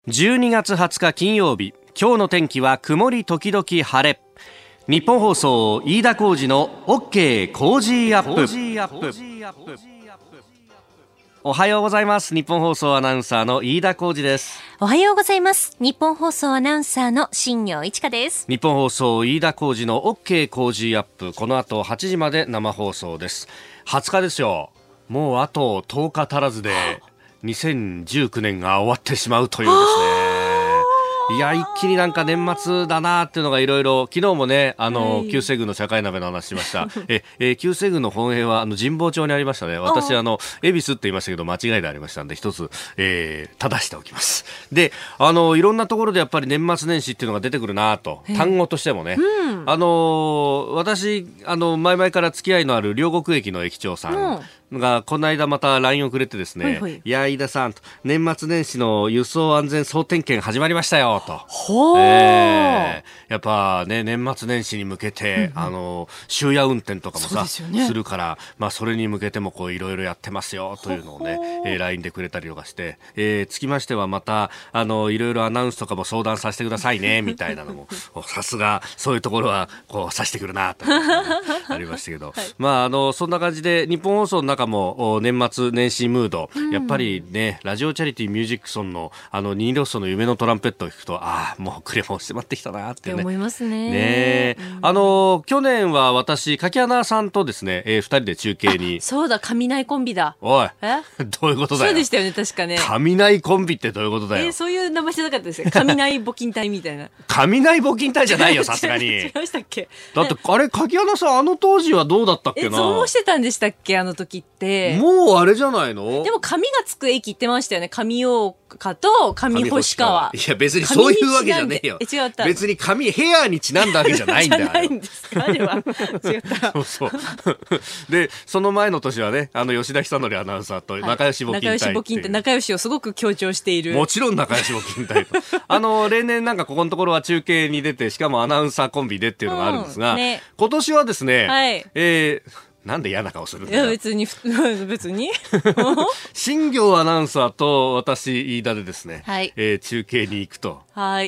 12月20日金曜日、今日の天気は曇り時々晴れ。日本放送飯田浩司の OK コージーアップ。おはようございます。日本放送アナウンサーの飯田浩司です。 おはようございます。日本放送アナウンサーの新業一華です。 日本放送飯田浩司の OK コージーアップ、この後8時まで生放送です。20日ですよ。もうあと10日足らずで2019年が終わってしまうというですね。いや、一気になんか年末だなっていうのがいろいろ。昨日もね、旧西宮の社会鍋の話しました。旧西宮の本営は神保町にありましたね。私恵比寿って言いましたけど間違いでありましたんで、一つ、正しておきます。で、いろんなところでやっぱり年末年始っていうのが出てくるなと、単語としてもね、私前々から付き合いのある両国駅の駅長さんがこの間また LINE をくれてですね、いや飯田さん、年末年始の輸送安全総点検始まりましたよと。やっぱね、年末年始に向けて、終夜運転とかもさ、するから、それに向けてもこういろいろやってますよというのをね、LINE でくれたりとかして、つきましてはまたいろいろアナウンスとかも相談させてくださいねみたいなのもさすがそういうところはこうさしてくるなとありましたけど、そんな感じで日本放送の中も年末年始ムード、やっぱりね、ラジオチャリティーミュージックソンのニーロッソの夢のトランペットを聞くと、もう暮れも迫ってきたなってね、 思いますね。 去年は私柿穴さんとですね、2人で中継に。 そうだ、雷コンビだ。 おいどういうことだよ。 そうでしたよね、確かね。 雷コンビってどういうことだよ。 そういう名前じゃなかったですか。雷募金隊みたいな。 雷募金隊じゃないよ、さすがに。 違いましたっけ。 だってあれ、柿穴さん当時はどうだったっけな。 そうしてたんでしたっけ、あの時って。 もうあれじゃないの。 でも紙がつく駅行ってましたよね。上大岡と上星川。 いや別にそういうわけじゃねえよ。 違った。 別にヘアにちなんだわけじゃないんだよ。 じゃないんですか、あれは。違った。 そうで、その前の年はね、吉田久典アナウンサーと仲良し募金隊、 仲良し募金隊、仲良しをすごく強調している。 もちろん仲良し募金隊と例年なんかここのところは中継に出て、しかもアナウンサーコンビでっていうのがあるんですが、今年はですね、なんで嫌な顔するんだよ。 いや別に新業アナウンサーと私飯田でですね、中継に行くと。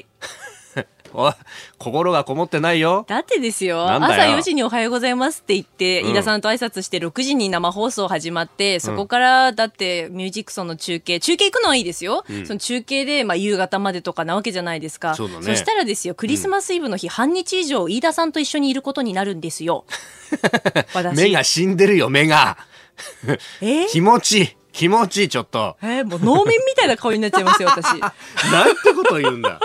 心がこもってないよ。 だってですよ、朝4時におはようございますって言って、飯田さんと挨拶して6時に生放送始まって、そこからだってミュージックソンの中継行くのはいいですよ、その中継で夕方までとかなわけじゃないですか。そしたらですよ、クリスマスイブの日、半日以上飯田さんと一緒にいることになるんですよ。 目が死んでるよ、目が。気持ちいい、ちょっと。 もう能面みたいな顔になっちゃいますよ、私。 なんてこと言うんだ。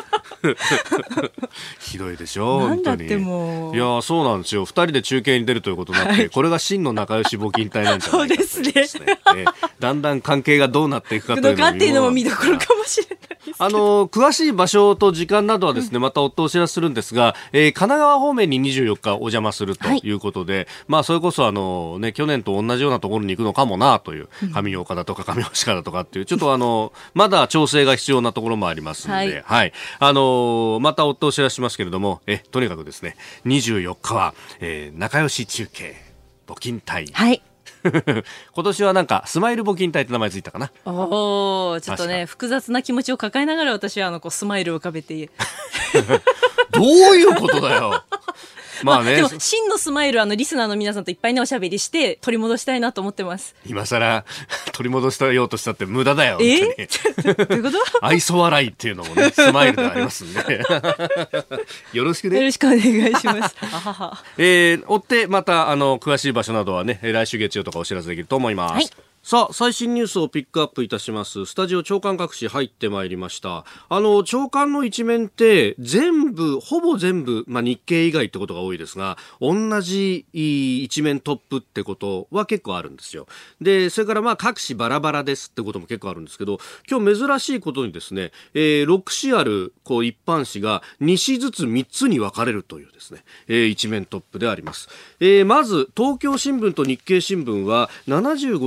ひどいでしょ、本当に。 なんだってもう。 いや、そうなんですよ。2人で中継に出るということになって、これが真の仲良し募金隊なんじゃないかと。 そうですね。 だんだん関係がどうなっていくかというのも見どころかもしれない。 詳しい場所と時間などはですね、また夫お知らせするんですが、神奈川方面に24日お邪魔するということで、それこそ去年と同じようなところに行くのかもなという、上岡だとか上星川だとかっていう、ちょっとまだ調整が必要なところもありますので、また夫お知らせしますけれども、とにかくですね、24日は、仲良し中継募金隊。今年はなんかスマイル募金隊って名前ついたかな。 ちょっとね、複雑な気持ちを抱えながら私はスマイルを浮かべてどういうことだよ。 でも真のスマイル、リスナーの皆さんといっぱいねおしゃべりして取り戻したいなと思ってます。 今更取り戻したようとしたって無駄だよ。 どういうこと？ 愛想笑いっていうのもね、スマイルでありますんでよろしくね。 よろしくお願いします追ってまた詳しい場所などはね、来週月曜とかお知らせできると思います。さあ、最新ニュースをピックアップいたします。スタジオ長官各紙入ってまいりました。長官の一面ってほぼ全部、日経以外ってことが多いですが、同じ一面トップってことは結構あるんですよ。で、それから各紙バラバラですってことも結構あるんですけど、今日珍しいことにですね、6紙ある一般紙が2紙ずつ3つに分かれるというですね、一面トップであります。まず東京新聞と日経新聞は75歳以上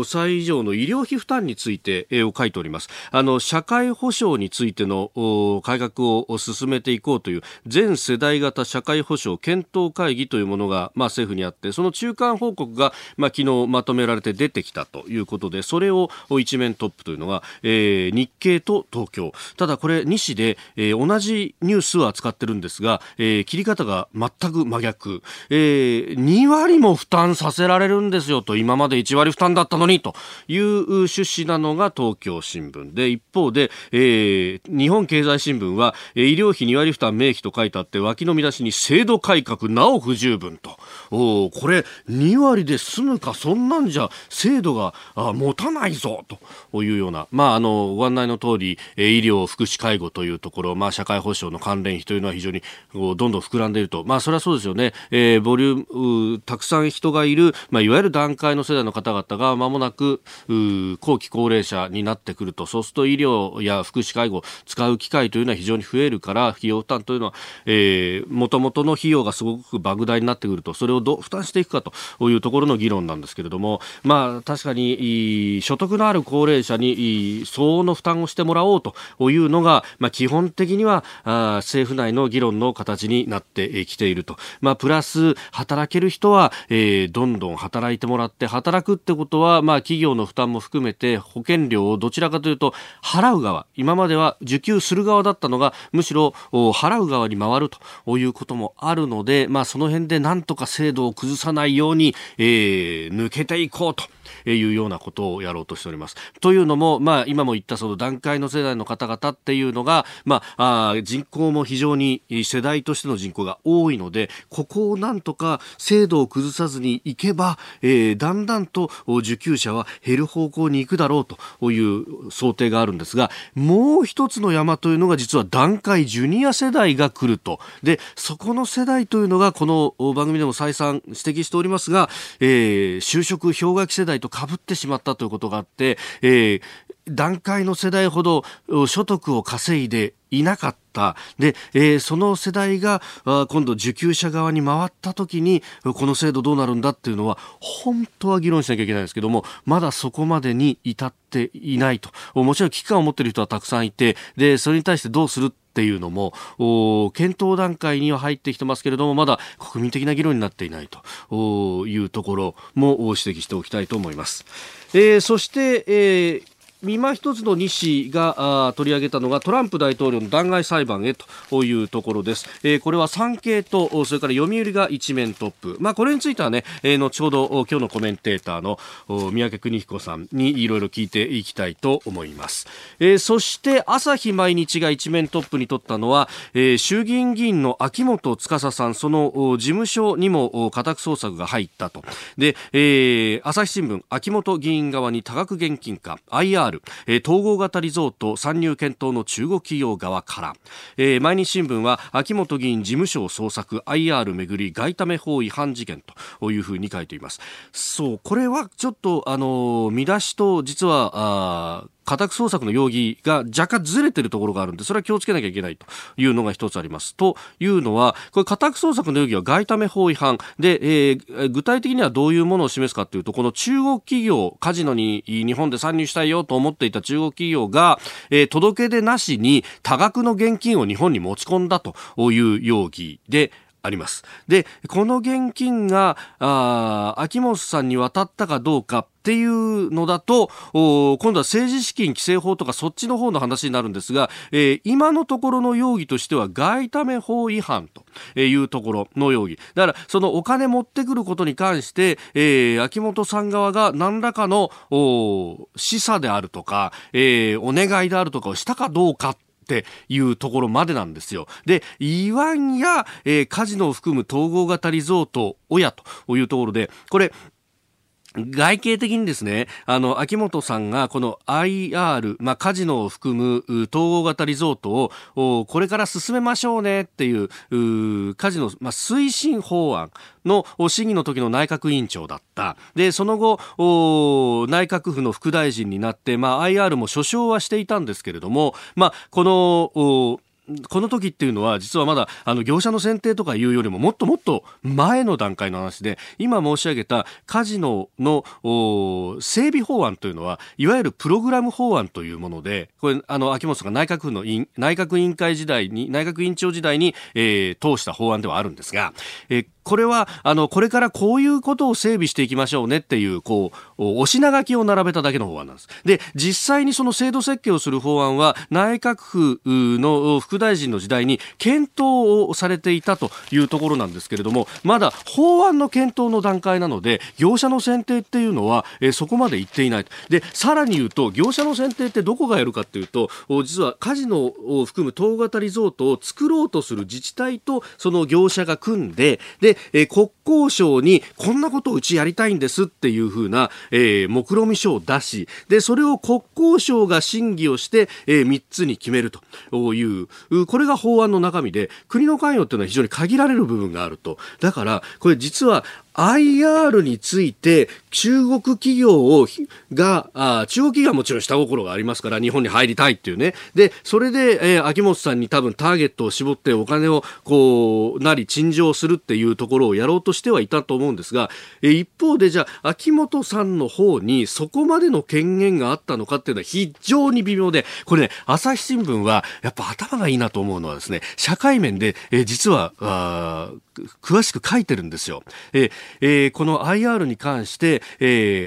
上の医療費負担について、を書いております。社会保障についての改革を進めていこうという全世代型社会保障検討会議というものが、政府にあって、その中間報告が、昨日まとめられて出てきたということで、それを一面トップというのが、日経と東京。ただこれ2紙で、同じニュースは扱ってるんですが、切り方が全く真逆、2割も負担させられるんですよと、今まで1割負担だったのにという趣旨なのが東京新聞で、一方で、日本経済新聞は医療費2割負担明記と書いてあって、脇の見出しに制度改革なお不十分と。これ2割で済むか、そんなんじゃ制度が持たないぞというような、ご案内の通り、医療福祉介護というところ、社会保障の関連費というのは非常にどんどん膨らんでいると。それはそうですよね。ボリュームたくさん人がいる、いわゆる団塊の世代の方々が間もなく後期高齢者になってくると、そうすると医療や福祉介護を使う機会というのは非常に増えるから、費用負担というのは元々の費用がすごく莫大になってくると、それをどう負担していくかというところの議論なんですけれども、確かに所得のある高齢者に相応の負担をしてもらおうというのが、基本的には政府内の議論の形になってきていると。プラス働ける人は、どんどん働いてもらって、働くってことは、企業の負担も含めて保険料をどちらかというと払う側、今までは受給する側だったのがむしろ払う側に回るということもあるので、その辺でなんとか制度を崩さないように、抜けていこうというようなことをやろうとしております。というのも、今も言ったその団塊の世代の方々っていうのが、人口も非常に世代としての人口が多いので、ここをなんとか制度を崩さずにいけば、だんだんと受給者は減る方向に行くだろうという想定があるんですが、もう一つの山というのが実は団塊ジュニア世代が来ると。で、そこの世代というのがこの番組でも再三指摘しておりますが、就職氷河期世代と被ってしまったということがあって、団塊の世代ほど所得を稼いでいなかった。で、その世代が今度受給者側に回った時にこの制度どうなるんだっていうのは本当は議論しなきゃいけないんですけども、まだそこまでに至っていないと。もちろん危機感を持っている人はたくさんいて、でそれに対してどうするっていうのも検討段階には入ってきてますけれども、まだ国民的な議論になっていないというところも指摘しておきたいと思います。そして、今一つの西が取り上げたのがトランプ大統領の弾劾裁判へというところです。これは産経とそれから読売が一面トップ。これについてはね、後ほど今日のコメンテーターの三宅邦彦さんにいろいろ聞いていきたいと思います。そして朝日毎日が一面トップに取ったのは、衆議院議員の秋元司さん、その事務所にも家宅捜索が入ったと。で、朝日新聞、秋元議員側に多額現金か IR統合型リゾート参入検討の中国企業側から、毎日新聞は秋元議員事務所を捜索 IR めぐり外為法違反事件というふうに書いています。そう、これはちょっと見出しと実は家宅捜索の容疑が若干ずれてるところがあるんで、それは気をつけなきゃいけないというのが一つあります。というのは、これ家宅捜索の容疑は外為法違反で、具体的にはどういうものを示すかというと、この中国企業、カジノに日本で参入したいよと思っていた中国企業が、届け出なしに多額の現金を日本に持ち込んだという容疑であります。で、この現金が秋元さんに渡ったかどうかっていうのだと、今度は政治資金規正法とかそっちの方の話になるんですが、今のところの容疑としては外為法違反というところの容疑だから、そのお金持ってくることに関して、秋元さん側が何らかの示唆であるとか、お願いであるとかをしたかどうかっていうところまでなんですよ。で、イワンや、カジノを含む統合型リゾートをやというところで、これ外形的にですね、秋元さんがこの IR、カジノを含む統合型リゾートをこれから進めましょうねっていうカジノ、推進法案の審議の時の内閣委員長だった。で、その後内閣府の副大臣になって、IR も所掌はしていたんですけれども、このこの時っていうのは実はまだ業者の選定とかいうよりももっともっと前の段階の話で、今申し上げたカジノの整備法案というのはいわゆるプログラム法案というもので、これ秋元さんが内閣委員会時代に、内閣委員長時代に、通した法案ではあるんですが、これはこれからこういうことを整備していきましょうねっていうお品書きを並べただけの法案なんです。で、実際にその制度設計をする法案は内閣府の副大臣の時代に検討をされていたというところなんですけれども、まだ法案の検討の段階なので業者の選定っていうのはそこまで行っていない。で、さらに言うと業者の選定ってどこがやるかっていうと、実はカジノを含む統型リゾートを作ろうとする自治体とその業者が組んで、国交省にこんなことをうちやりたいんですっていう風な、目論見書を出し、でそれを国交省が審議をして、3つに決めるという、これが法案の中身で、国の関与っていうのは非常に限られる部分があると。だからこれ実はIR について中国企業が中国企業はもちろん下心がありますから日本に入りたいっていうね。でそれで、秋元さんに多分ターゲットを絞ってお金を陳情するっていうところをやろうとしてはいたと思うんですが、一方でじゃあ秋元さんの方にそこまでの権限があったのかっていうのは非常に微妙で、これね、朝日新聞はやっぱ頭がいいなと思うのはですね、社会面で、実は詳しく書いてるんですよ。この IR に関して、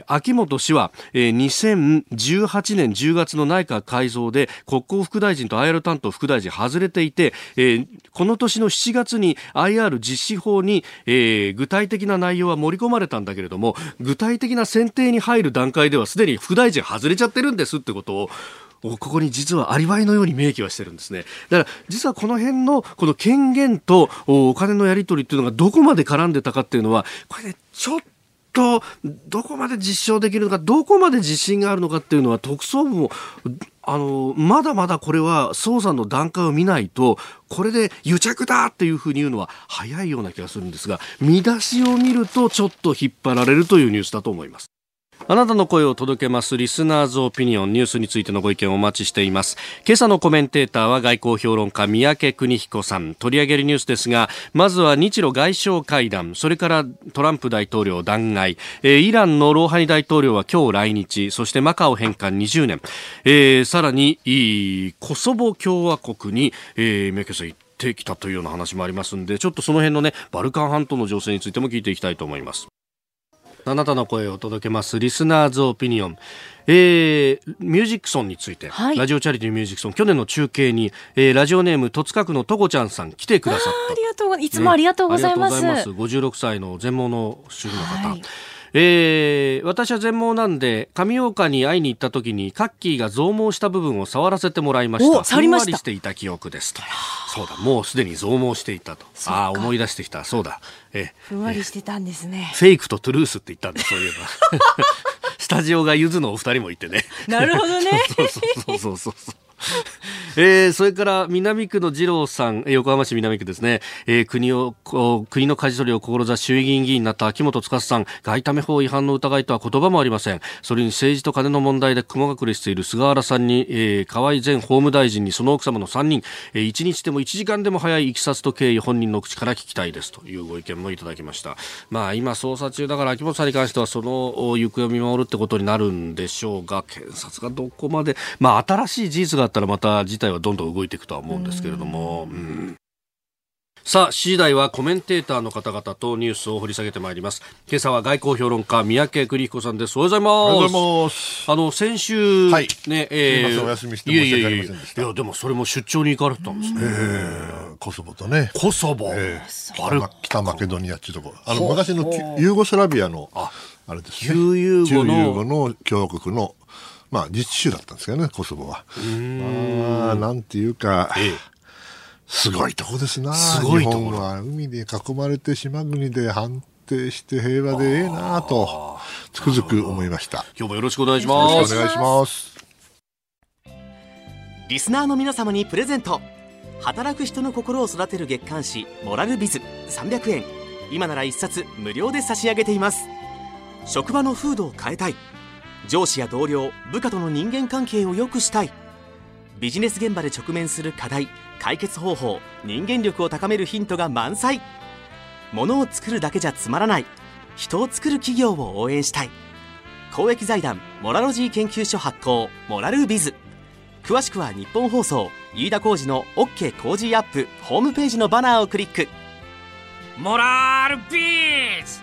秋元氏は、2018年10月の内閣改造で国交副大臣と IR 担当副大臣外れていて、この年の7月に IR 実施法に、具体的な内容は盛り込まれたんだけれども、具体的な選定に入る段階ではすでに副大臣外れちゃってるんですってことをここに実はアリバイのように明記はしてるんですね。だから実はこの辺のこの権限とお金のやり取りっていうのがどこまで絡んでたかっていうのは、これね、ちょっとどこまで実証できるのか、どこまで自信があるのかっていうのは特捜部もまだまだこれは捜査の段階を見ないと、これで癒着だっていうふうに言うのは早いような気がするんですが、見出しを見るとちょっと引っ張られるというニュースだと思います。あなたの声を届けますリスナーズオピニオン、ニュースについてのご意見をお待ちしています。今朝のコメンテーターは外交評論家三宅邦彦さん。取り上げるニュースですが、まずは日露外相会談、それからトランプ大統領弾劾、イランのローハニ大統領は今日来日、そしてマカオ返還20年、さらにコソボ共和国に、三宅さん行ってきたというような話もありますので、ちょっとその辺のね、バルカン半島の情勢についても聞いていきたいと思います。あなたの声を届けますリスナーズオピニオン、ミュージックソンについて、はい、ラジオチャリティーミュージックソン、去年の中継に、ラジオネーム戸塚区のとこちゃんさん来てくださった。 ありがとう、いつもありがとうございます。 56歳の全盲の主婦の方、はい、私は全盲なんで上岡に会いに行った時にカッキーが増毛した部分を触らせてもらいました。ふんわりしていた記憶ですと。そうだ、もうすでに増毛していたと。思い出してきた。そうだ、 ふんわりしてたんですね。 フェイクとトゥルースって言ったんだ、そういえばスタジオがゆずのお二人もいてね。 なるほどね。 そうそれから南区の二郎さん、横浜市南区ですね、国の舵取りを志し衆議院議員になった秋元司さん、外為法違反の疑いとは言葉もありません。それに政治と金の問題で雲隠れしている菅原さんに、河井前法務大臣にその奥様の3人、1日でも1時間でも早いいきさつと経緯、本人の口から聞きたいですというご意見もいただきました。まあ今捜査中だから秋元さんに関してはその行方を見守るってことになるんでしょうが、検察がどこまで、新しい事実があったらまた事態はどんどん動いていくとは思うんですけれども、さあ、7時台はコメンテーターの方々とニュースを掘り下げてまいります。今朝は外交評論家三宅邦彦さんです。おはようございます。先週、 はい、 ね、 お休みして申し訳ありませんでした。 いやでもそれも出張に行かれたんですね。 コソボとね。 コソボ、 北マケドニアっていうところ、昔のユーゴスラビアのあれですね。 旧ユーゴの共和国の自治州だったんですよね、コソボは。なんていうか、すごいとこですな。日本は海で囲まれて島国で安定して平和でなとつくづく思いました。 今日もよろしくお願いします。 よろしくお願いします。 リスナーの皆様にプレゼント。働く人の心を育てる月刊誌モラルビズ300円、今なら1冊無料で差し上げています。職場の風土を変えたい、上司や同僚部下との人間関係を良くしたい、 ビジネス現場で直面する課題、解決方法、人間力を高めるヒントが満載。物を作るだけじゃつまらない、人を作る企業を応援したい。公益財団モラロジー研究所発行、モラルビズ。詳しくは日本放送飯田浩司の OK 工事アップホームページのバナーをクリック。 モラルビズ。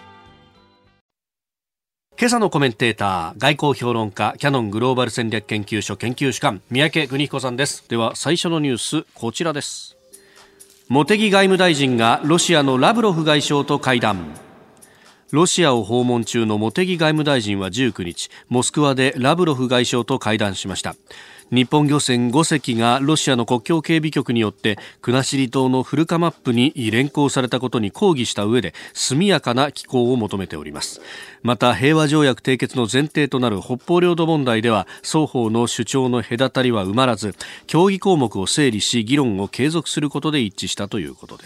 今朝のコメンテーター、外交評論家、キヤノングローバル戦略研究所研究主幹、三宅邦彦さんです。では最初のニュース、こちらです。茂木外務大臣がロシアのラブロフ外相と会談。ロシアを訪問中の茂木外務大臣は19日、モスクワでラブロフ外相と会談しました。日本漁船5隻がロシアの国境警備局によって国後島の古川マップに連行されたことに抗議した上で速やかな帰港を求めております。また平和条約締結の前提となる北方領土問題では双方の主張の隔たりは埋まらず、協議項目を整理し議論を継続することで一致したということです。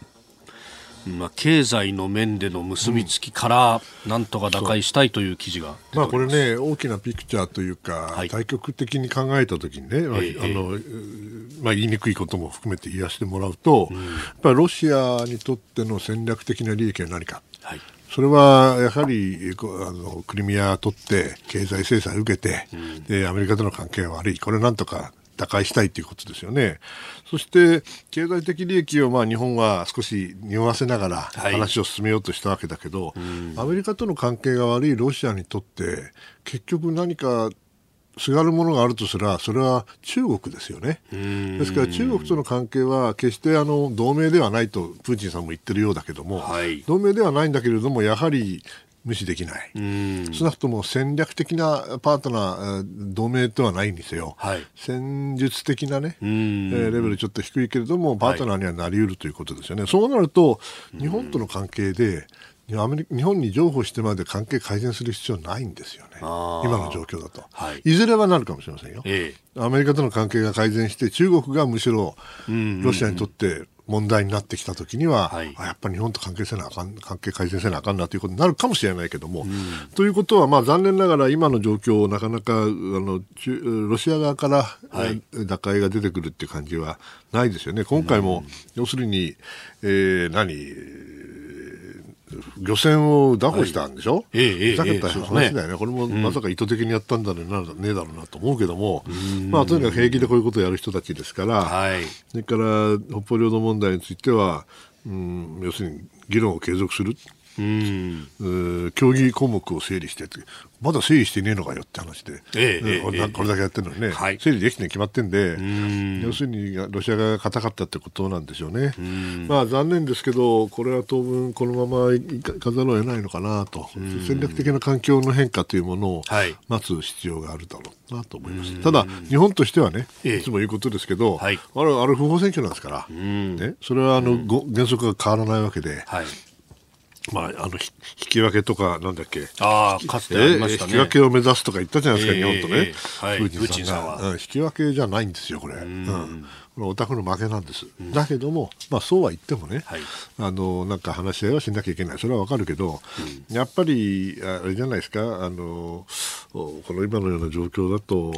経済の面での結びつきからなんとか打開したいという記事が出ております。 これね、大きなピクチャーというか、はい、対極的に考えたときにね、言いにくいことも含めて言わせてもらうと、やっぱりロシアにとっての戦略的な利益は何か、はい、それはやはりクリミアを取って経済制裁を受けて、でアメリカとの関係が悪い、これなんとか打開したいということですよね。そして経済的利益を日本は少し匂わせながら話を進めようとしたわけだけど、アメリカとの関係が悪いロシアにとって結局何かすがるものがあるとすらそれは中国ですよね。ですから中国との関係は決して同盟ではないとプーチンさんも言ってるようだけども、はい、同盟ではないんだけれどもやはり無視できない。少なくとも戦略的なパートナー、同盟とはないんですよ。はい、戦術的なね、レベルちょっと低いけれどもパートナーにはなり得るということですよね。そうなると日本との関係で日本に譲歩してまで関係改善する必要ないんですよね。今の状況だと、はい、いずれはなるかもしれませんよ。アメリカとの関係が改善して中国がむしろロシアにとって問題になってきたときには、はい、やっぱり日本と関係改善せなあかんなということになるかもしれないけども、ということは残念ながら今の状況をなかなかロシア側から打開が出てくるっていう感じはないですよね。今回も要するに、漁船を拿捕したんでしょ、ふざけた話だよね。これもまさか意図的にやったんだろうな、ねえだろうなと思うけども、とにかく平気でこういうことをやる人たちですから、それから北方領土問題については、要するに議論を継続する、協議項目を整理してまだ整理してねえのかよって話で、これだけやってるのにね、整理できて決まってんで、要するにロシア側が硬かったってことなんでしょうね。残念ですけどこれは当分このままいかざるを得ないのかなと。戦略的な環境の変化というものを待つ必要があるだろうなと思います。ただ日本としてはね、いつも言うことですけど、あれ不法選挙なんですから、それは原則が変わらないわけで、引き分けとかなんだっけ、かつてありましたね。引き分けを目指すとか言ったじゃないですか、日本とね、プーチンさんが、引き分けじゃないんですよこれ。お宅の負けなんです。だけども、そうは言ってもね、なんか話し合いはしなきゃいけない、それはわかるけど、やっぱりあれじゃないですか、この今のような状況だと、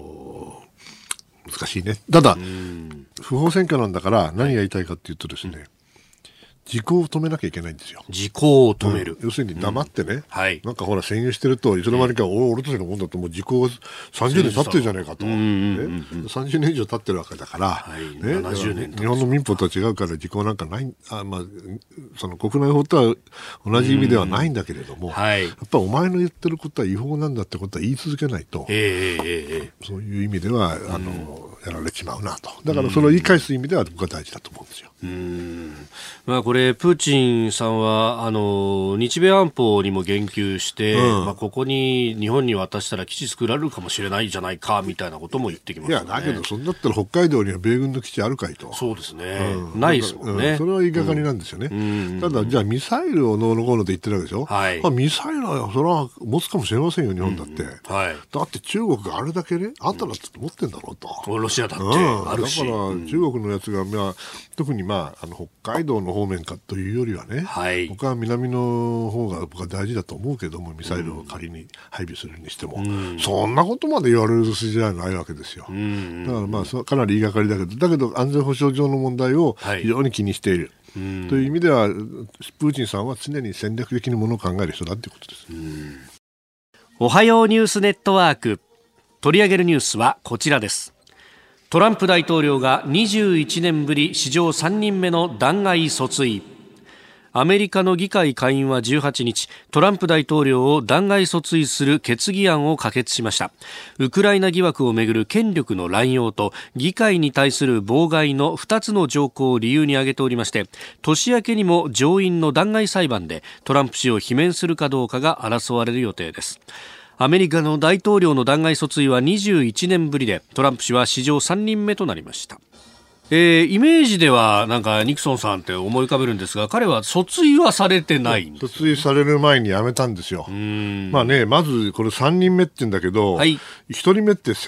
難しいね。ただ不法選挙なんだから何が言いたいかっていうとですね、時効を止めなきゃいけないんですよ。時効を止める、要するに黙ってね、なんかほら占有してるといつの間にか俺たちのもんだともう時効30年経ってるじゃないかと、30年以上経ってるわけだから、70年日本の民法とは違うから時効なんかない、その国内法とは同じ意味ではないんだけれども、やっぱりお前の言ってることは違法なんだってことは言い続けないと、そういう意味ではやられちまうなと。だからそれを言い返す意味では僕は大事だと思うんですよ。 これプーチンさんは日米安保にも言及して、ここに日本に渡したら基地作られるかもしれないじゃないかみたいなことも言ってきましたね。 いやだけどそんだったら北海道には米軍の基地あるかいと。 そうですね、ないですもんね。 それは言いがかりなんですよね。ただじゃあミサイルをどうのこうのって言ってるわけでしょ。ミサイルはそれは持つかもしれませんよ日本だって。だって中国があれだけね、あんただって持ってんだろうと。ロシアだってあるし、だから中国のやつが、特に北海道の方面かというよりはね、はい、僕は南の方が僕は大事だと思うけども、ミサイルを仮に配備するにしても、そんなことまで言われる筋合いないわけですよ。だからまあかなり言いがかりだけど安全保障上の問題を非常に気にしている、という意味ではプーチンさんは常に戦略的にものを考える人だということです。 おはようニュースネットワーク、取り上げるニュースはこちらです。トランプ大統領が21年ぶり史上3人目の弾劾訴追。アメリカの議会下院は18日、トランプ大統領を弾劾訴追する決議案を可決しました。ウクライナ疑惑をめぐる権力の乱用と議会に対する妨害の2つの条項を理由に挙げておりまして、年明けにも上院の弾劾裁判でトランプ氏を罷免するかどうかが争われる予定です。アメリカの大統領の弾劾訴追は21年ぶりで、トランプ氏は史上3人目となりました。イメージではなんかニクソンさんって思い浮かべるんですが、彼は訴追はされてないんです。 訴追される前に辞めたんですよ。まあね、まずこれ3人目って言うんだけど、はい、1人目って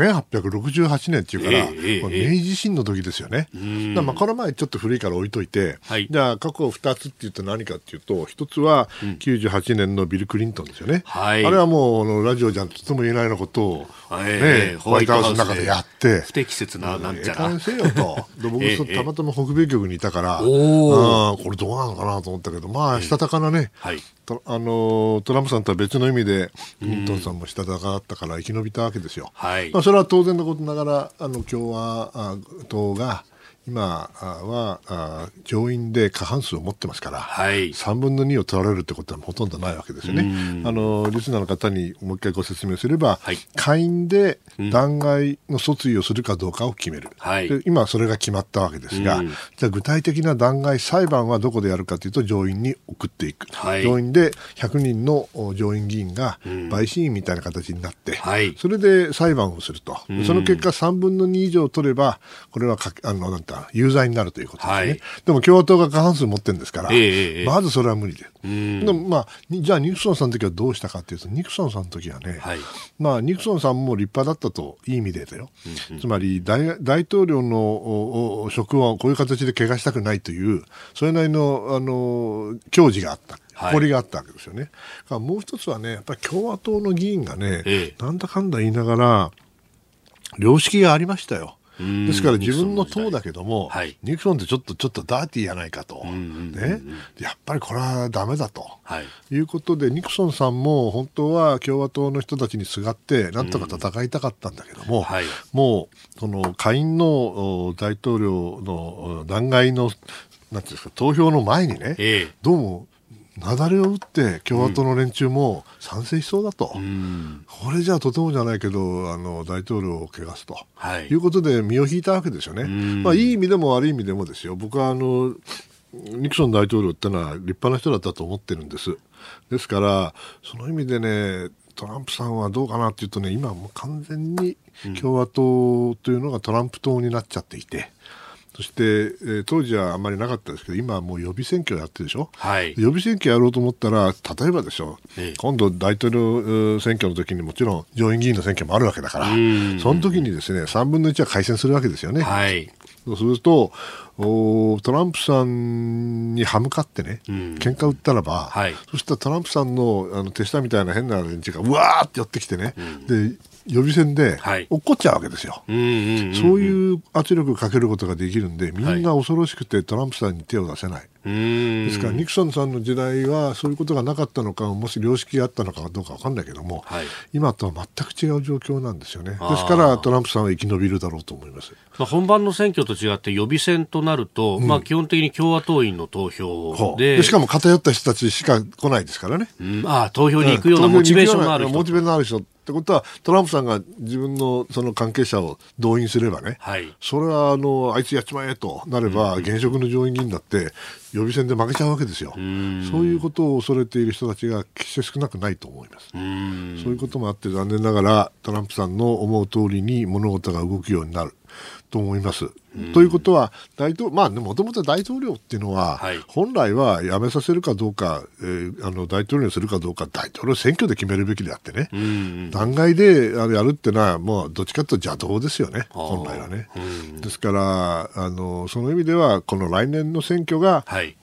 1868年っていうから、明治維新の時ですよね。だまあこの前ちょっと古いから置いといて、はい、じゃあ過去2つって言うと何かっていうと、1つは98年のビル・クリントンですよね。はい、あれはもうラジオじゃとても言えないようなことを、ホワイトハウスの中でやって、 不適切ななんちゃら。 せよと。僕たまたま北米局にいたから、これどうなのかなと思ったけど、まあしたたかなね、はい、トランプさんとは別の意味でクリントンさんもしたたかだったから生き延びたわけですよ。はいまあ、それは当然のことながら共和党が今は上院で過半数を持ってますから、はい、3分の2を取られるってことはほとんどないわけですよね。リスナーの方にもう一回ご説明すれば、はい、下院で弾劾の訴追をするかどうかを決める、で今それが決まったわけですが、じゃあ具体的な弾劾裁判はどこでやるかというと上院に送っていく、はい、上院で100人の上院議員が陪審員みたいな形になって、それで裁判をすると、その結果3分の2以上取ればこれはなんて有罪になるということですね。はい、でも共和党が過半数持ってるんですから、まずそれは無理で。でもまあじゃあニクソンさんの時はどうしたかというと、ニクソンさんの時はね、はい、まあニクソンさんも立派だったといい意味でだよ。つまり大統領の職をこういう形で怪我したくないというそれなりの矜持があった。誇りがあったわけですよね。もう一つはね、やっぱり共和党の議員がね、なんだかんだ言いながら良識がありましたよ。ですから自分の党だけども、はい、ニクソンってちょっとダーティーやないかと、ね、やっぱりこれはダメだと、はい、いうことでニクソンさんも本当は共和党の人たちにすがってなんとか戦いたかったんだけども、はい、もうその下院の大統領の弾劾のなんていうんですか、投票の前にね、どうも雪崩を打って共和党の連中も賛成しそうだと、これじゃあとてもじゃないけど大統領を汚すと、はい、いうことで身を引いたわけですよね。まあ、いい意味でも悪い意味でもですよ。僕はニクソン大統領ってのは立派な人だったと思ってるんです。ですからその意味でね、トランプさんはどうかなっていうとね、今もう完全に共和党というのがトランプ党になっちゃっていて、そして、当時はあんまりなかったですけど、今はもう予備選挙をやってるでしょ、はい、予備選挙やろうと思ったら、例えばでしょ、今度大統領選挙の時にもちろん上院議員の選挙もあるわけだから、その時にですね、3分の1は改選するわけですよね。はい、そうするとトランプさんに歯向かってね、喧嘩売ったらば、はい、そしたらトランプさんの手下みたいな変な連中がうわーって寄ってきてね、で予備選で落っこっちゃうわけですよ。そういう圧力をかけることができるんで、みんな恐ろしくてトランプさんに手を出せない。ですからニクソンさんの時代はそういうことがなかったのか、もし良識があったのかどうか分かんないけども、はい、今とは全く違う状況なんですよね。ですからトランプさんは生き延びるだろうと思います。 本番の選挙と違って予備選となると、まあ、基本的に共和党員の投票でしかも偏った人たちしか来ないですからね。 投票に行くようなモチベーションのある人、 モチベーションのある人ってことは、トランプさんが自分のその関係者を動員すればね、はい、それはあいつやっちまえとなれば、現職の上院議員になって予備選で負けちゃうわけですよ。そういうことを恐れている人たちが決して少なくないと思います。そういうこともあって残念ながらトランプさんの思う通りに物事が動くようになると思います。ということはもともと大統領っていうのは、はい、本来は辞めさせるかどうか、大統領にするかどうか大統領選挙で決めるべきであってね、弾劾でやるってのはもうどっちかというと邪道ですよね、本来はね。ですからその意味ではこの来年の選挙が、はい、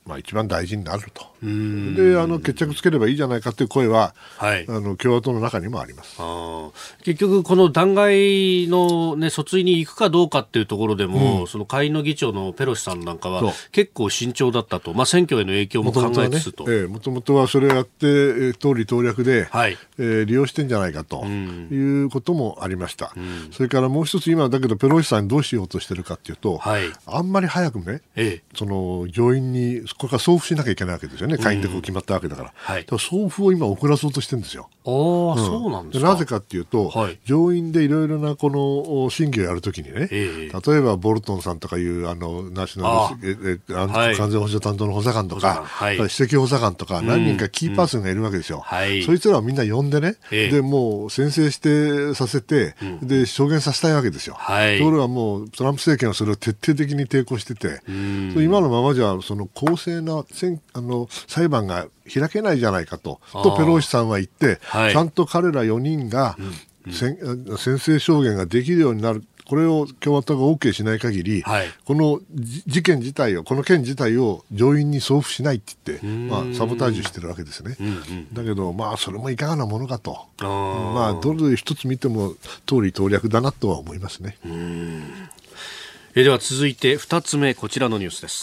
一番大事になると。で決着つければいいじゃないかという声は、共和党の中にもあります。 結局この弾劾の、訴追に行くかどうかっていうところでも、その下院の議長のペロシさんなんかは結構慎重だったと、選挙への影響も考えつつと、 もともとはそれをやって党利党略で、利用してんじゃないかということもありました。それからもう一つ、今だけどペロシさんどうしようとしてるかというと、あんまり早くね、その上院にこれから送付しなきゃいけないわけですよね。下院でこう決まったわけだから、だから送付を今遅らそうとしてるんですよ。 そうなんですか。 なぜかというと、上院でいろいろなこの審議をやるときにね、例えばボルトンさんとかいうナショナル完全保障担当の補佐官とか、首席補佐官とか何人かキーパーソンがいるわけですよ。そいつらをみんな呼んでね、でもう宣誓してさせて、で証言させたいわけですよ。ところがもうトランプ政権はそれを徹底的に抵抗してて、今のままじゃその公正な裁判が開けないじゃないかとペロシさんは言って、ちゃんと彼ら4人が宣誓証言ができるようになる。これを共和党が OK しない限り、この事件自体を、この件自体を上院に送付しないって言って、サボタージュしてるわけですね。だけどそれもいかがなものかと、どれ一つ見ても党利党略だなとは思いますね。 では続いて2つ目、こちらのニュースです。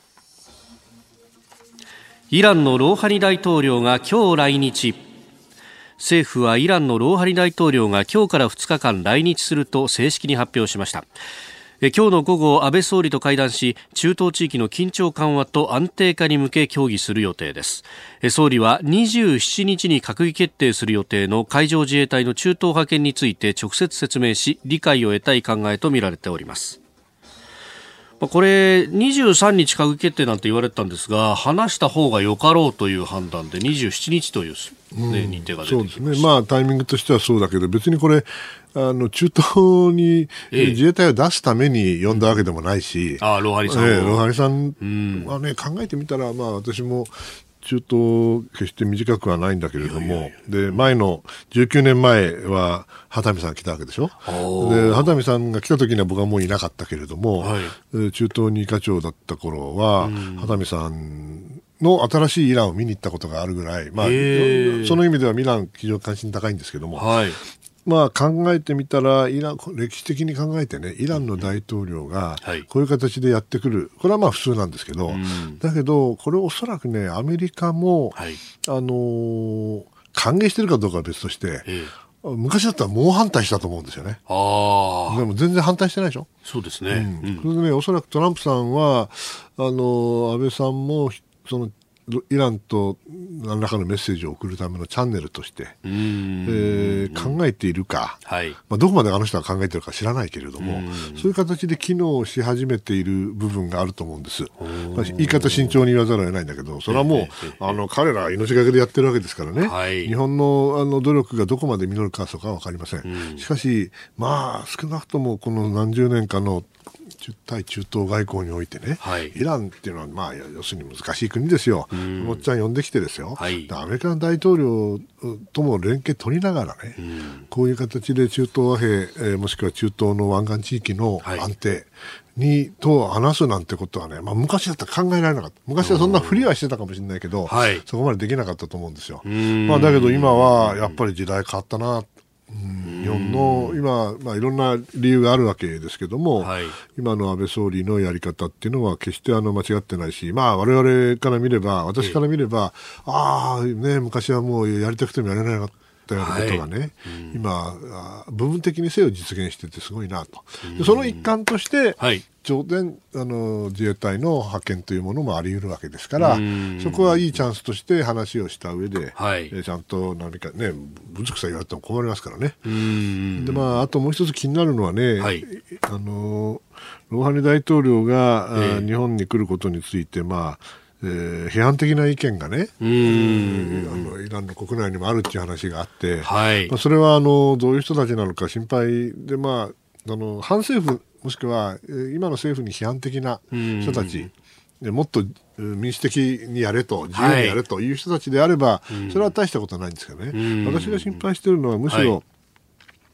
イランのロウハニ大統領が今日来日。政府はイランのロウハニ大統領が今日から2日間来日すると正式に発表しました。今日の午後、安倍総理と会談し、中東地域の緊張緩和と安定化に向け協議する予定です。総理は27日に閣議決定する予定の海上自衛隊の中東派遣について直接説明し、理解を得たい考えとみられております。これ23日閣議決定なんて言われてたんですが、話した方がよかろうという判断で27日という、日程が出てきました。 そうですね。タイミングとしてはそうだけど、別にこれ中東に自衛隊を出すために呼んだわけでもないし、 ロウハニさん、 ロウハニさんはね、考えてみたら、私も中東決して短くはないんだけれども、で前の19年前は畑見さん来たわけでしょ。で畑見さんが来た時には僕はもういなかったけれども、中東に課長だった頃は畑見さんの新しいイランを見に行ったことがあるぐらい、その意味ではミラン非常に関心高いんですけども、考えてみたら歴史的に考えてね、イランの大統領がこういう形でやってくる、これは普通なんですけど、だけどこれおそらくね、アメリカも、歓迎してるかどうかは別として、昔だったら猛反対したと思うんですよね。でも全然反対してないでしょ。 そうですね。 それでね、おそらくトランプさんは安倍さんもそのイランと何らかのメッセージを送るためのチャンネルとして、考えているか、どこまであの人は考えているか知らないけれども、そういう形で機能し始めている部分があると思うんです。言い方慎重に言わざるを得ないんだけど、それはもう、彼らは命がけでやってるわけですからね、日本の努力がどこまで実るかそこは分かりません。しかし、少なくともこの何十年かの対中東外交においてね、イランっていうのは要するに難しい国ですよ。おっちゃん呼んできてですよ、アメリカの大統領とも連携取りながらね、こういう形で中東和平、もしくは中東の湾岸地域の安定と話すなんてことはね、昔だったら考えられなかった。昔はそんなふりはしてたかもしれないけど、そこまでできなかったと思うんですよ。だけど今はやっぱり時代変わったな。日本の今、いろんな理由があるわけですけども、今の安倍総理のやり方っていうのは決して間違ってないし、我々から見れば、私から見れば、昔はもうやりたくてもやれなかったようなことがね、今部分的にせよ実現しててすごいなと。でその一環として、当然自衛隊の派遣というものもあり得るわけですから、そこはいいチャンスとして話をした上で、ちゃんと何かね、ぶつくさ言われても困りますからね。であともう一つ気になるのはね、ロウハニ大統領が、日本に来ることについて批判的な意見がね、イランの国内にもあるっていう話があって、それはどういう人たちなのか心配で、反政府もしくは今の政府に批判的な人たち、もっと民主的にやれと、自由にやれという人たちであれば、それは大したことはないんですけどね、私が心配しているのはむしろ、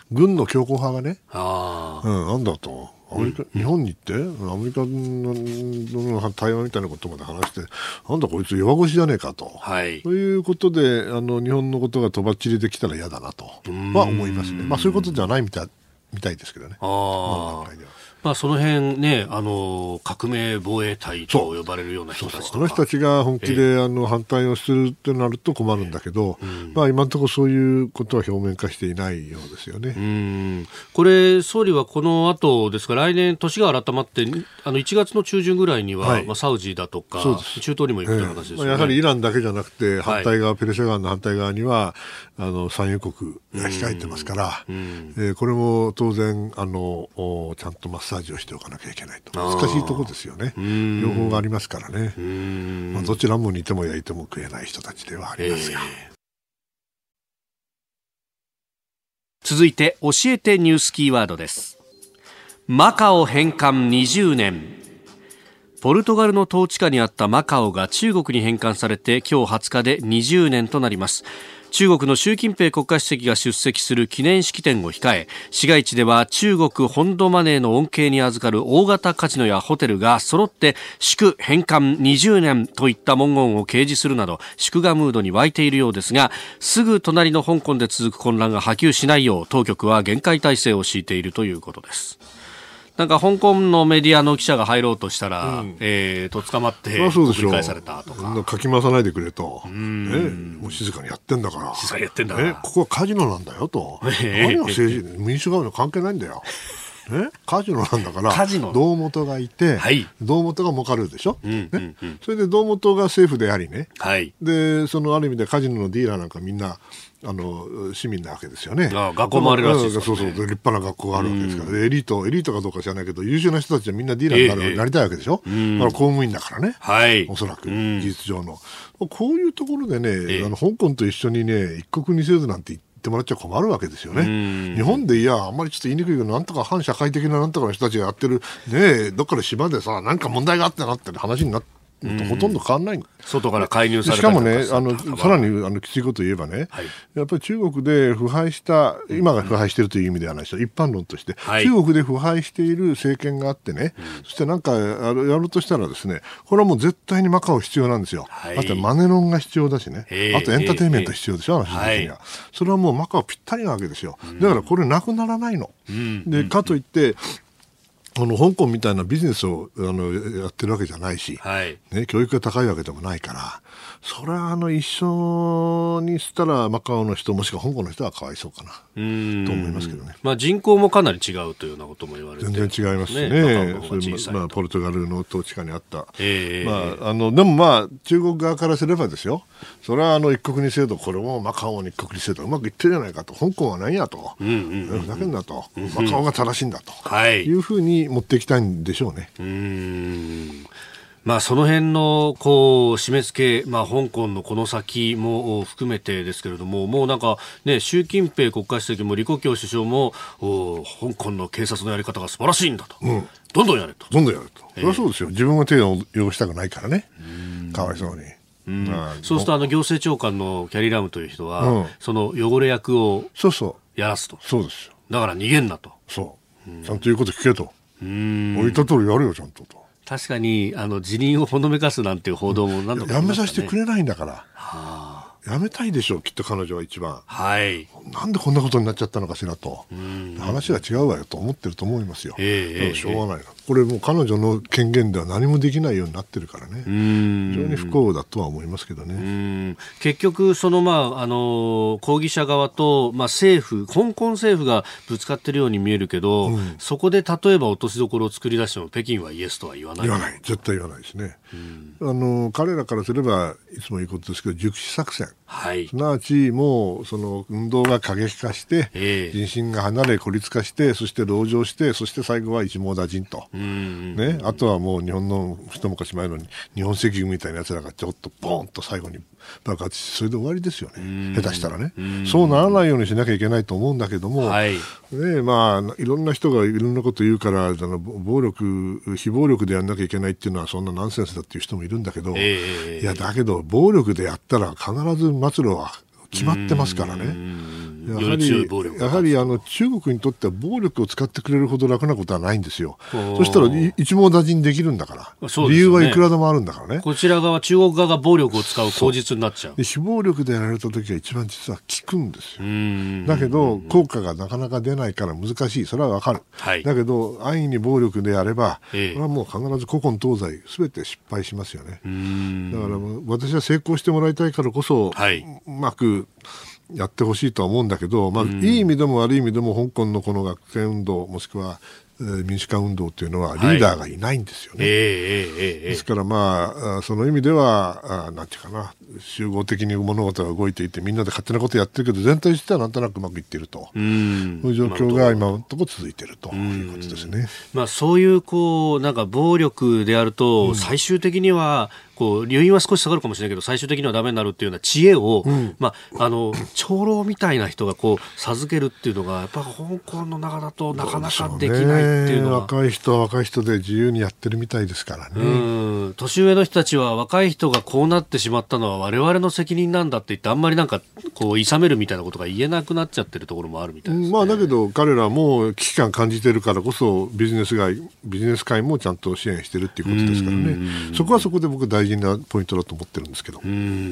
軍の強硬派がね、なんだと。日本に行ってアメリカの対話みたいなことまで話して、なんだこいつ弱腰じゃねえかと、そういうことで日本のことがとばっちりできたら嫌だなとは思いますね。そういうことじゃないみたいですけどね。 その辺ね、革命防衛隊と呼ばれるような人たちとか、 その人たちが本気で反対をするってなると困るんだけど、今のところそういうことは表面化していないようですよね。 これ総理はこの後ですか、来年年が改まって1月の中旬ぐらいには、サウジだとか中東にも行くという話ですよね。 やはりイランだけじゃなくて反対側、ペルシャ湾の反対側には産油国が控えてますから、これも当然ちゃんとマッサージをしておかなきゃいけないと。難しいところですよね。両方がありますからね。どちらも煮ても焼いても食えない人たちではありますが、 続いて教えてニュースキーワードです。マカオ返還20年。ポルトガルの統治下にあったマカオが中国に返還されて今日20日で20年となります。中国の習近平国家主席が出席する記念式典を控え、市街地では中国本土マネーの恩恵に預かる大型カジノやホテルが揃って祝返還20年といった文言を掲示するなど祝賀ムードに沸いているようですが、すぐ隣の香港で続く混乱が波及しないよう当局は厳戒態勢を敷いているということです。なんか香港のメディアの記者が入ろうとしたら、と捕まって繰り返されたとか、 かき回さないでくれと、もう静かにやってんだから、 静かにやってんだから、 ここはカジノなんだよと、何が政治民主側の関係ないんだよ。カジノなんだから胴元がいて、胴元が儲かるでしょ、それで胴元が政府でありね、でそのある意味でカジノのディーラーなんかみんな市民なわけですよね。 学校もあるらしいですね。 そう立派な学校があるわけですから、エリートかどうか知らないけど優秀な人たちはみんなディーラーになりたいわけでしょ、公務員だからね、おそらく事実上の、こういうところでね、香港と一緒にね一国二制度なんて言ってもらっちゃ困るわけですよね。日本であんまりちょっと言いにくいけど、なんとか反社会的ななんとかの人たちがやってるね、どっかの島でさ、なんか問題があってなって話になってほとんど変わんない。 外から介入されしかもね、さらにきついこと言えばね、やっぱり中国で腐敗した、今が腐敗しているという意味ではないですよ、一般論として、中国で腐敗している政権があってね、そしてなんかやるとしたらですね、これはもう絶対にマカオ必要なんですよ。あとマネロンが必要だしね、あとエンターテインメント必要でしょ、話的には。それはもうマカオぴったりなわけですよ。だからこれなくならないの。でかといって香港みたいなビジネスをやってるわけじゃないし、教育が高いわけでもないから、それは一緒にしたらマカオの人もしくは香港の人はかわいそうかなと思いますけどね。 人口もかなり違うというようなことも言われて、 全然違いますね。ポルトガルの統治下にあった、でも中国側からすればですよ、それは一国二制度、これもマカオの一国二制度うまくいってるじゃないかと、香港は何やと、ふざけんなと、マカオが正しいんだと、いうふうに持っていきたいんでしょうね。 その辺の締め付け、香港のこの先も含めてですけれども、もうなんかね、習近平国家主席も李克強首相も香港の警察のやり方が素晴らしいんだと、どんどんやれと。それはそうですよ。自分は手を汚したくないからね、かわいそうに。 そうすると行政長官のキャリー・ラムという人は、その汚れ役をやらすと。 そうですよ。 だから逃げんなと。 ちゃんと言うこと聞けと。言った通りやるよちゃんとと。 確かに辞任をほのめかすなんていう報道も何度かありましたね。 やめさせてくれないんだから、やめたいでしょう、きっと彼女は一番。なんでこんなことになっちゃったのかしらと、話が違うわよと思ってると思いますよ。しょうがないな。これもう彼女の権限では何もできないようになってるからね、非常に不幸だとは思いますけどね。 結局その抗議者側と、政府、香港政府がぶつかってるように見えるけど、そこで例えば落としどころを作り出しても北京はイエスとは言わない。 絶対言わないですね。彼らからすればいつも言うことですけど、熟知作戦、すなわちもうその運動が過激化して、人心が離れ孤立化して、そして籠城して、そして最後は一網打尽と、あとはもう日本の一昔前の日本赤軍みたいなやつらがちょっとボーンと最後に爆発して、それで終わりですよね、下手したらね。そうならないようにしなきゃいけないと思うんだけども、いろんな人がいろんなこと言うから、非暴力でやんなきゃいけないっていうのはそんなナンセンスだっていう人もいるんだけど、いやだけど暴力でやったら必ず末路は決まってますからね。 より強い暴力やはり中国にとっては暴力を使ってくれるほど楽なことはないんですよ。そしたら一網打尽にできるんだから、理由はいくらでもあるんだからね。 こちら側、中国側が暴力を使う口実になっちゃう。 で、非暴力でやられた時が一番実は効くんですよ。だけど効果がなかなか出ないから難しい。それはわかる、はい、だけど安易に暴力でやれば、これはもう必ず古今東西すべて失敗しますよね。だから私は成功してもらいたいからこそ、はい、うまくやってほしいとは思うんだけど、いい意味でも悪い意味でも香港のこの学生運動もしくは民主化運動というのはリーダーがいないんですよね。ですからその意味ではなんていうかな、集合的に物事が動いていてみんなで勝手なことやってるけど全体としてはなんとなくうまくいっていると、そういう状況が今のところ続いているということですね。 そういうなんか暴力であると、最終的には留飲は少し下がるかもしれないけど最終的にはダメになるっていうような知恵を、長老みたいな人が授けるっていうのがやっぱ香港の中だとなかなかできないっていうのは、 若い人は若い人で自由にやってるみたいですからね。 年上の人たちは若い人がこうなってしまったのは我々の責任なんだって言ってあんまりなんかいさめるみたいなことが言えなくなっちゃってるところもあるみたいですね。 だけど彼らも危機感感じてるからこそビジネス界もちゃんと支援してるっていうことですからね。そこはそこで僕大事なポイントだと思ってるんですけど。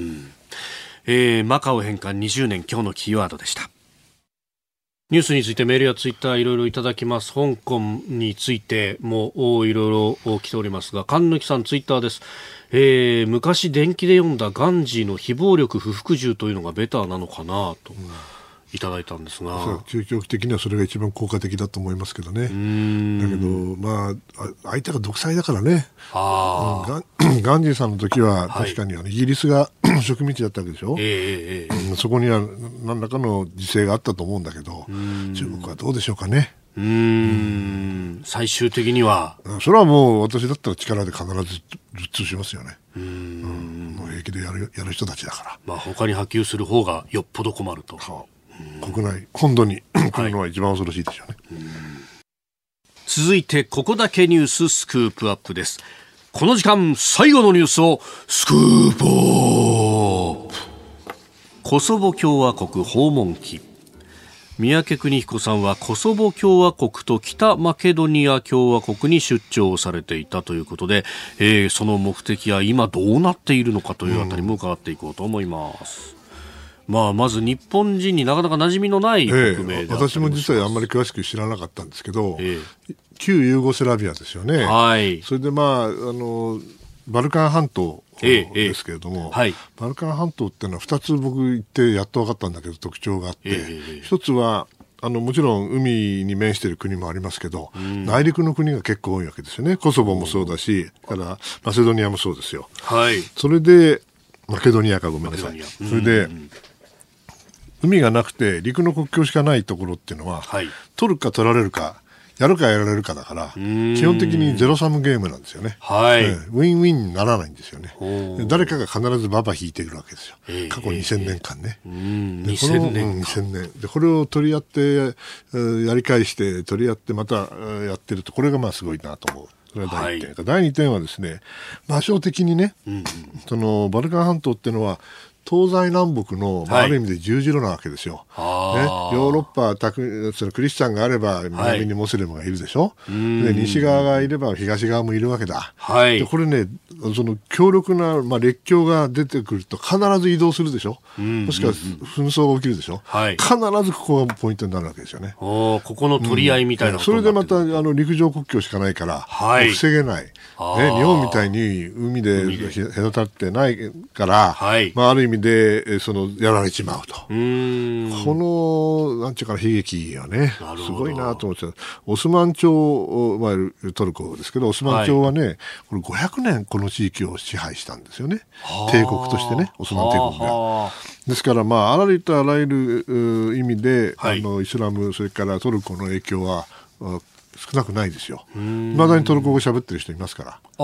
マカオ返還20年今日のキーワードでした。ニュースについてメールやツイッターいろいろいただきます。香港についてもいろいろ来ておりますが、神貫さんツイッターです。昔伝記で読んだガンジーの非暴力不服従というのがベターなのかなといただいたんですが、 究極的にはそれが一番効果的だと思いますけどね。だけど相手が独裁だからね。ガンジーさんの時は確かにイギリスが植民地だったわけでしょ。そこには何らかの自制があったと思うんだけど、中国はどうでしょうかね。 最終的にはそれはもう私だったら力で必ず流通しますよね。もう平気でやる人たちだから、 他に波及する方がよっぽど困ると。 国内本土に来るのは一番恐ろしいでしょうね。 続いてここだけニューススクープアップです。この時間最後のニュースをスクープアップ。コソボ共和国訪問記。三宅邦彦さんはコソボ共和国と北マケドニア共和国に出張されていたということで、その目的は今どうなっているのかというあたりも伺っていこうと思います。まず日本人になかなか馴染みのない国名で、 私も実はあんまり詳しく知らなかったんですけど、旧ユーゴスラビアですよね。それでバルカン半島ですけれども、バルカン半島っていうのは2つ僕行ってやっと分かったんだけど特徴があって、一つはもちろん海に面している国もありますけど、内陸の国が結構多いわけですよね。コソボもそうだし、からマセドニアもそうですよ。それでマケドニアかごめんなさい。それで海がなくて陸の国境しかないところっていうのは、取るか取られるかやるかやられるかだから基本的にゼロサムゲームなんですよね。ウィンウィンにならないんですよね。誰かが必ずババ引いてくるわけですよ。過去2000年間ね。2000年でこれを取り合ってやり返して取り合ってまたやってると、これがすごいなと思う。それが第1点。第2点はですね、場所的にね、そのバルカン半島っていうのは東西南北の、ある意味で十字路なわけですよ。ヨーロッパそのクリスチャンがあれば南にモスレムがいるでしょ。で西側がいれば東側もいるわけだ。でこれね、その強力な、列強が出てくると必ず移動するでしょ。もしくは紛争が起きるでしょ。必ずここがポイントになるわけですよね。 ここの取り合いみたいなことそれでまた陸上国境しかないから、防げない。日本みたいに海で隔たってないから、ある意味でやられちまうと。このなんていうかな、悲劇はねすごいなと思ってた。オスマン朝、トルコですけど、オスマン朝はね、これ500年この地域を支配したんですよね。帝国としてね、オスマン帝国が。ですからあらゆるあらゆる意味で、イスラムそれからトルコの影響は少なくないですよ。未だにトルコ語喋ってる人いますから。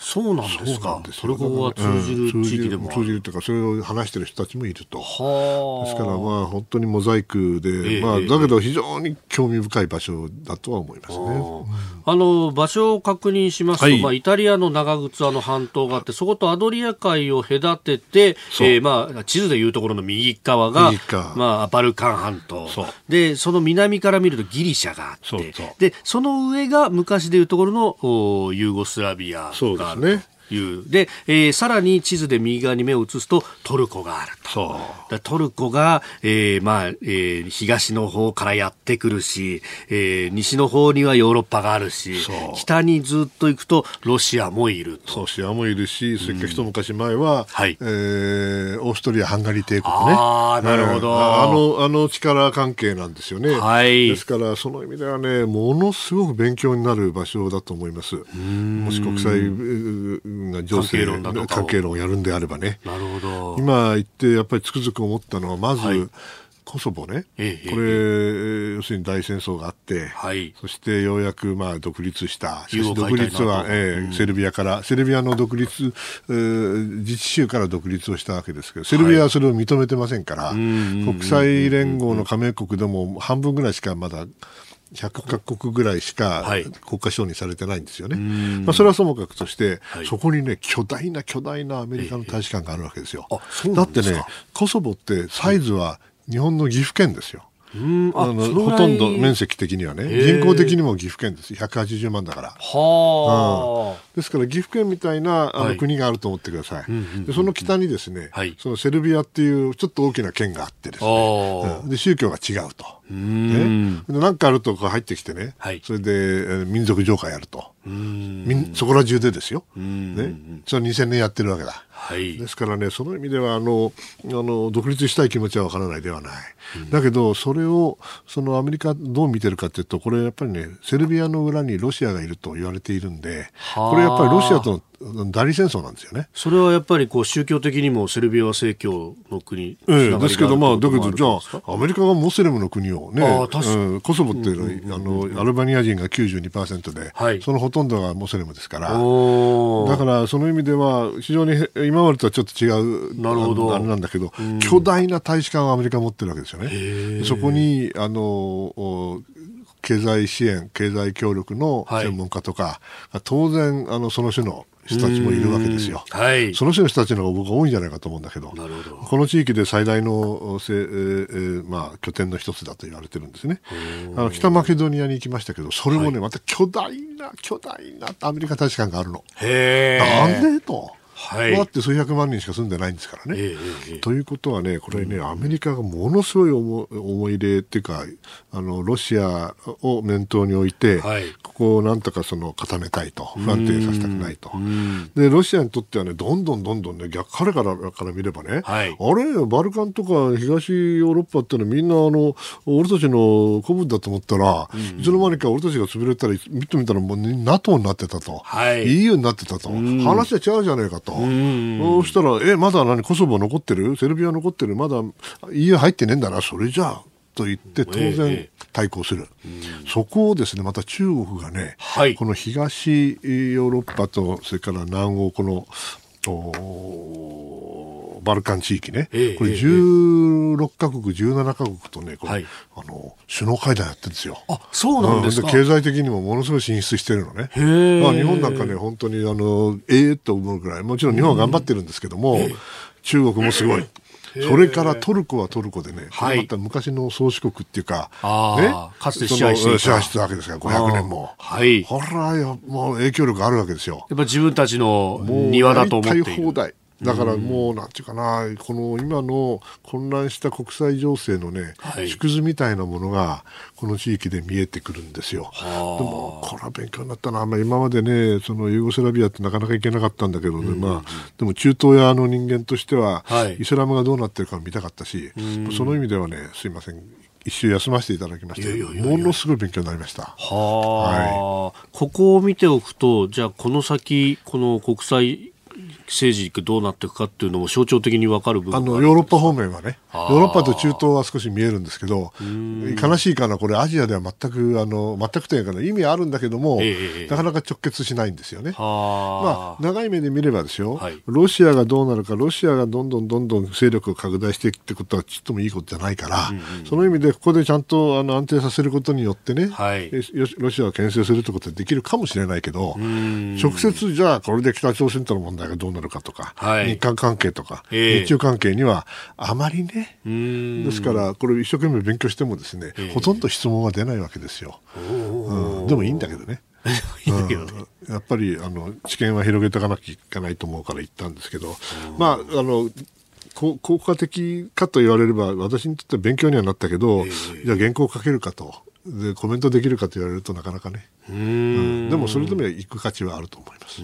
そうなんですか。トルコ語が通じる地域でも通じるというか、それを話している人たちもいると。ですからまあ本当にモザイクで、だけど非常に興味深い場所だとは思いますね。 場所を確認しますと、イタリアの長靴半島があって、そことアドリア海を隔てて、地図でいうところの右側がバルカン半島で、その南から見るとギリシャがあって、でその上が昔でいうところのユーゴスラビアがあるという。で、さらに地図で右側に目を移すとトルコがあると。トルコが、東の方からやってくるし、西の方にはヨーロッパがあるし、北にずっと行くとロシアもいると。 ロシアもいるし、それから一昔前は、オーストリア・ハンガリー帝国ね。 なるほど。 あの力関係なんですよね。ですからその意味ではね、ものすごく勉強になる場所だと思います。もし国際情勢関係論をやるんであればね。 なるほど。 今言ってやっぱりつくづく思ったのは、まず、コソボね、これ、要するに大戦争があって、そしてようやく独立した。しかし独立は、セルビアの独立、自治州から独立をしたわけですけど、セルビアはそれを認めてませんから、国際連合の加盟国でも半分ぐらいしかまだ、100カ国ぐらいしか国家承認されてないんですよね。それはともかくとして、そこにね、巨大なアメリカの大使館があるわけですよ。だってね、コソボってサイズは日本の岐阜県ですよ。ほとんど面積的にはね、人口的にも岐阜県です。180万だから。ですから岐阜県みたいな国があると思ってください。でその北にですね、そのセルビアっていうちょっと大きな県があってですね、で宗教が違うと。なんかあると入ってきてね、それで民族浄化やると。そこら中でですよ。それ2000年やってるわけだ。ですからね、その意味では独立したい気持ちはわからないではない。だけどそれをそのアメリカどう見てるかというと、これやっぱりね、セルビアの裏にロシアがいると言われているんで、これやっぱりロシアとの代理戦争なんですよね。 それはやっぱり宗教的にもセルビアは正教の国ですけど、だけどじゃあアメリカがモスレムの国をね、コソボっていうのはアルバニア人が 92% で、そのほとんどがモスレムですから、だからその意味では非常に今までとはちょっと違うあれなんだけど、巨大な大使館をアメリカ持ってるわけですよね。そこに経済支援、経済協力の専門家とか、当然その種の人たちもいるわけですよ。その種の人たちの方が僕は多いんじゃないかと思うんだけど、この地域で最大の、拠点の一つだと言われてるんですね。北マケドニアに行きましたけど、それもね、また巨大なアメリカ大使館があるの。なんでと。だって数百万人しか住んでないんですからね。ということはね、これね、アメリカがものすごい思い入れっていうか、ロシアを念頭に置いて、ここをなんとか固めたいと、不安定させたくないと。で、ロシアにとってはね、どんどんね、彼から見ればね、あれ、バルカンとか東ヨーロッパってのはみんな俺たちの古文だと思ったら、いつの間にか俺たちが潰れたら、見てみたらもう NATO になってたと、EU になってたと、話は違うじゃないかと。そうしたら、まだコソボ残ってる？セルビア残ってる？まだ EU 入ってねえんだな、それじゃあ。と言って当然対抗する。そこをですね、また中国がね、この東ヨーロッパと、それから南欧、この、バルカン地域ね、これ16カ国、17カ国とね、これ首脳会談やってるんですよ。 そうなんですか。 経済的にもものすごい進出してるのね。日本なんかね、本当にと思うぐらい、もちろん日本は頑張ってるんですけども、中国もすごい。それからトルコはトルコでね、また昔の宗主国っていうか、 かつて支配してたわけですから、500年も。ほら、もう影響力あるわけですよ。 やっぱ自分たちの庭だと思っている。 やりたい放題。だからもうなんていうかな、この今の混乱した国際情勢のね、縮図みたいなものがこの地域で見えてくるんですよ。でもこれは勉強になったな。今までね、そのユーゴスラビアってなかなか行けなかったんだけどね、でも中東屋の人間としては、イスラムがどうなってるか見たかったし、その意味ではね、すいません、一周休ませていただきましたけど、ものすごい勉強になりました。 ここを見ておくと、じゃあこの先、この国際政治どうなっていくかっていうのも象徴的に分かる部分ヨーロッパ方面はね、ヨーロッパと中東は少し見えるんですけど、悲しいかな、これアジアでは全くというかな、意味あるんだけども、なかなか直結しないんですよね。まあ、長い目で見ればですよ、ロシアがどうなるか、ロシアがどんどん勢力を拡大していくってことはちっともいいことじゃないから、その意味でここでちゃんと安定させることによってね、ロシアを牽制するってことはできるかもしれないけど、直接じゃあこれで北朝鮮との問題がどうなるかとか、日韓関係とか、日中関係にはあまりね、ですからこれ一生懸命勉強してもですね、ほとんど質問は出ないわけですよ。でもいいんだけどね。やっぱり知見は広げていかなきゃいけないと思うから言ったんですけど、まあ効果的かと言われれば私にとっては勉強にはなったけど、じゃあ原稿を書けるかとでコメントできるかと言われるとなかなかね、でもそれでも行く価値はあると思います。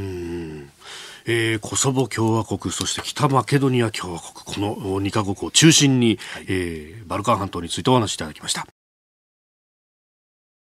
コソボ共和国、そして北マケドニア共和国、この2カ国を中心に、バルカン半島についてお話しいただきました。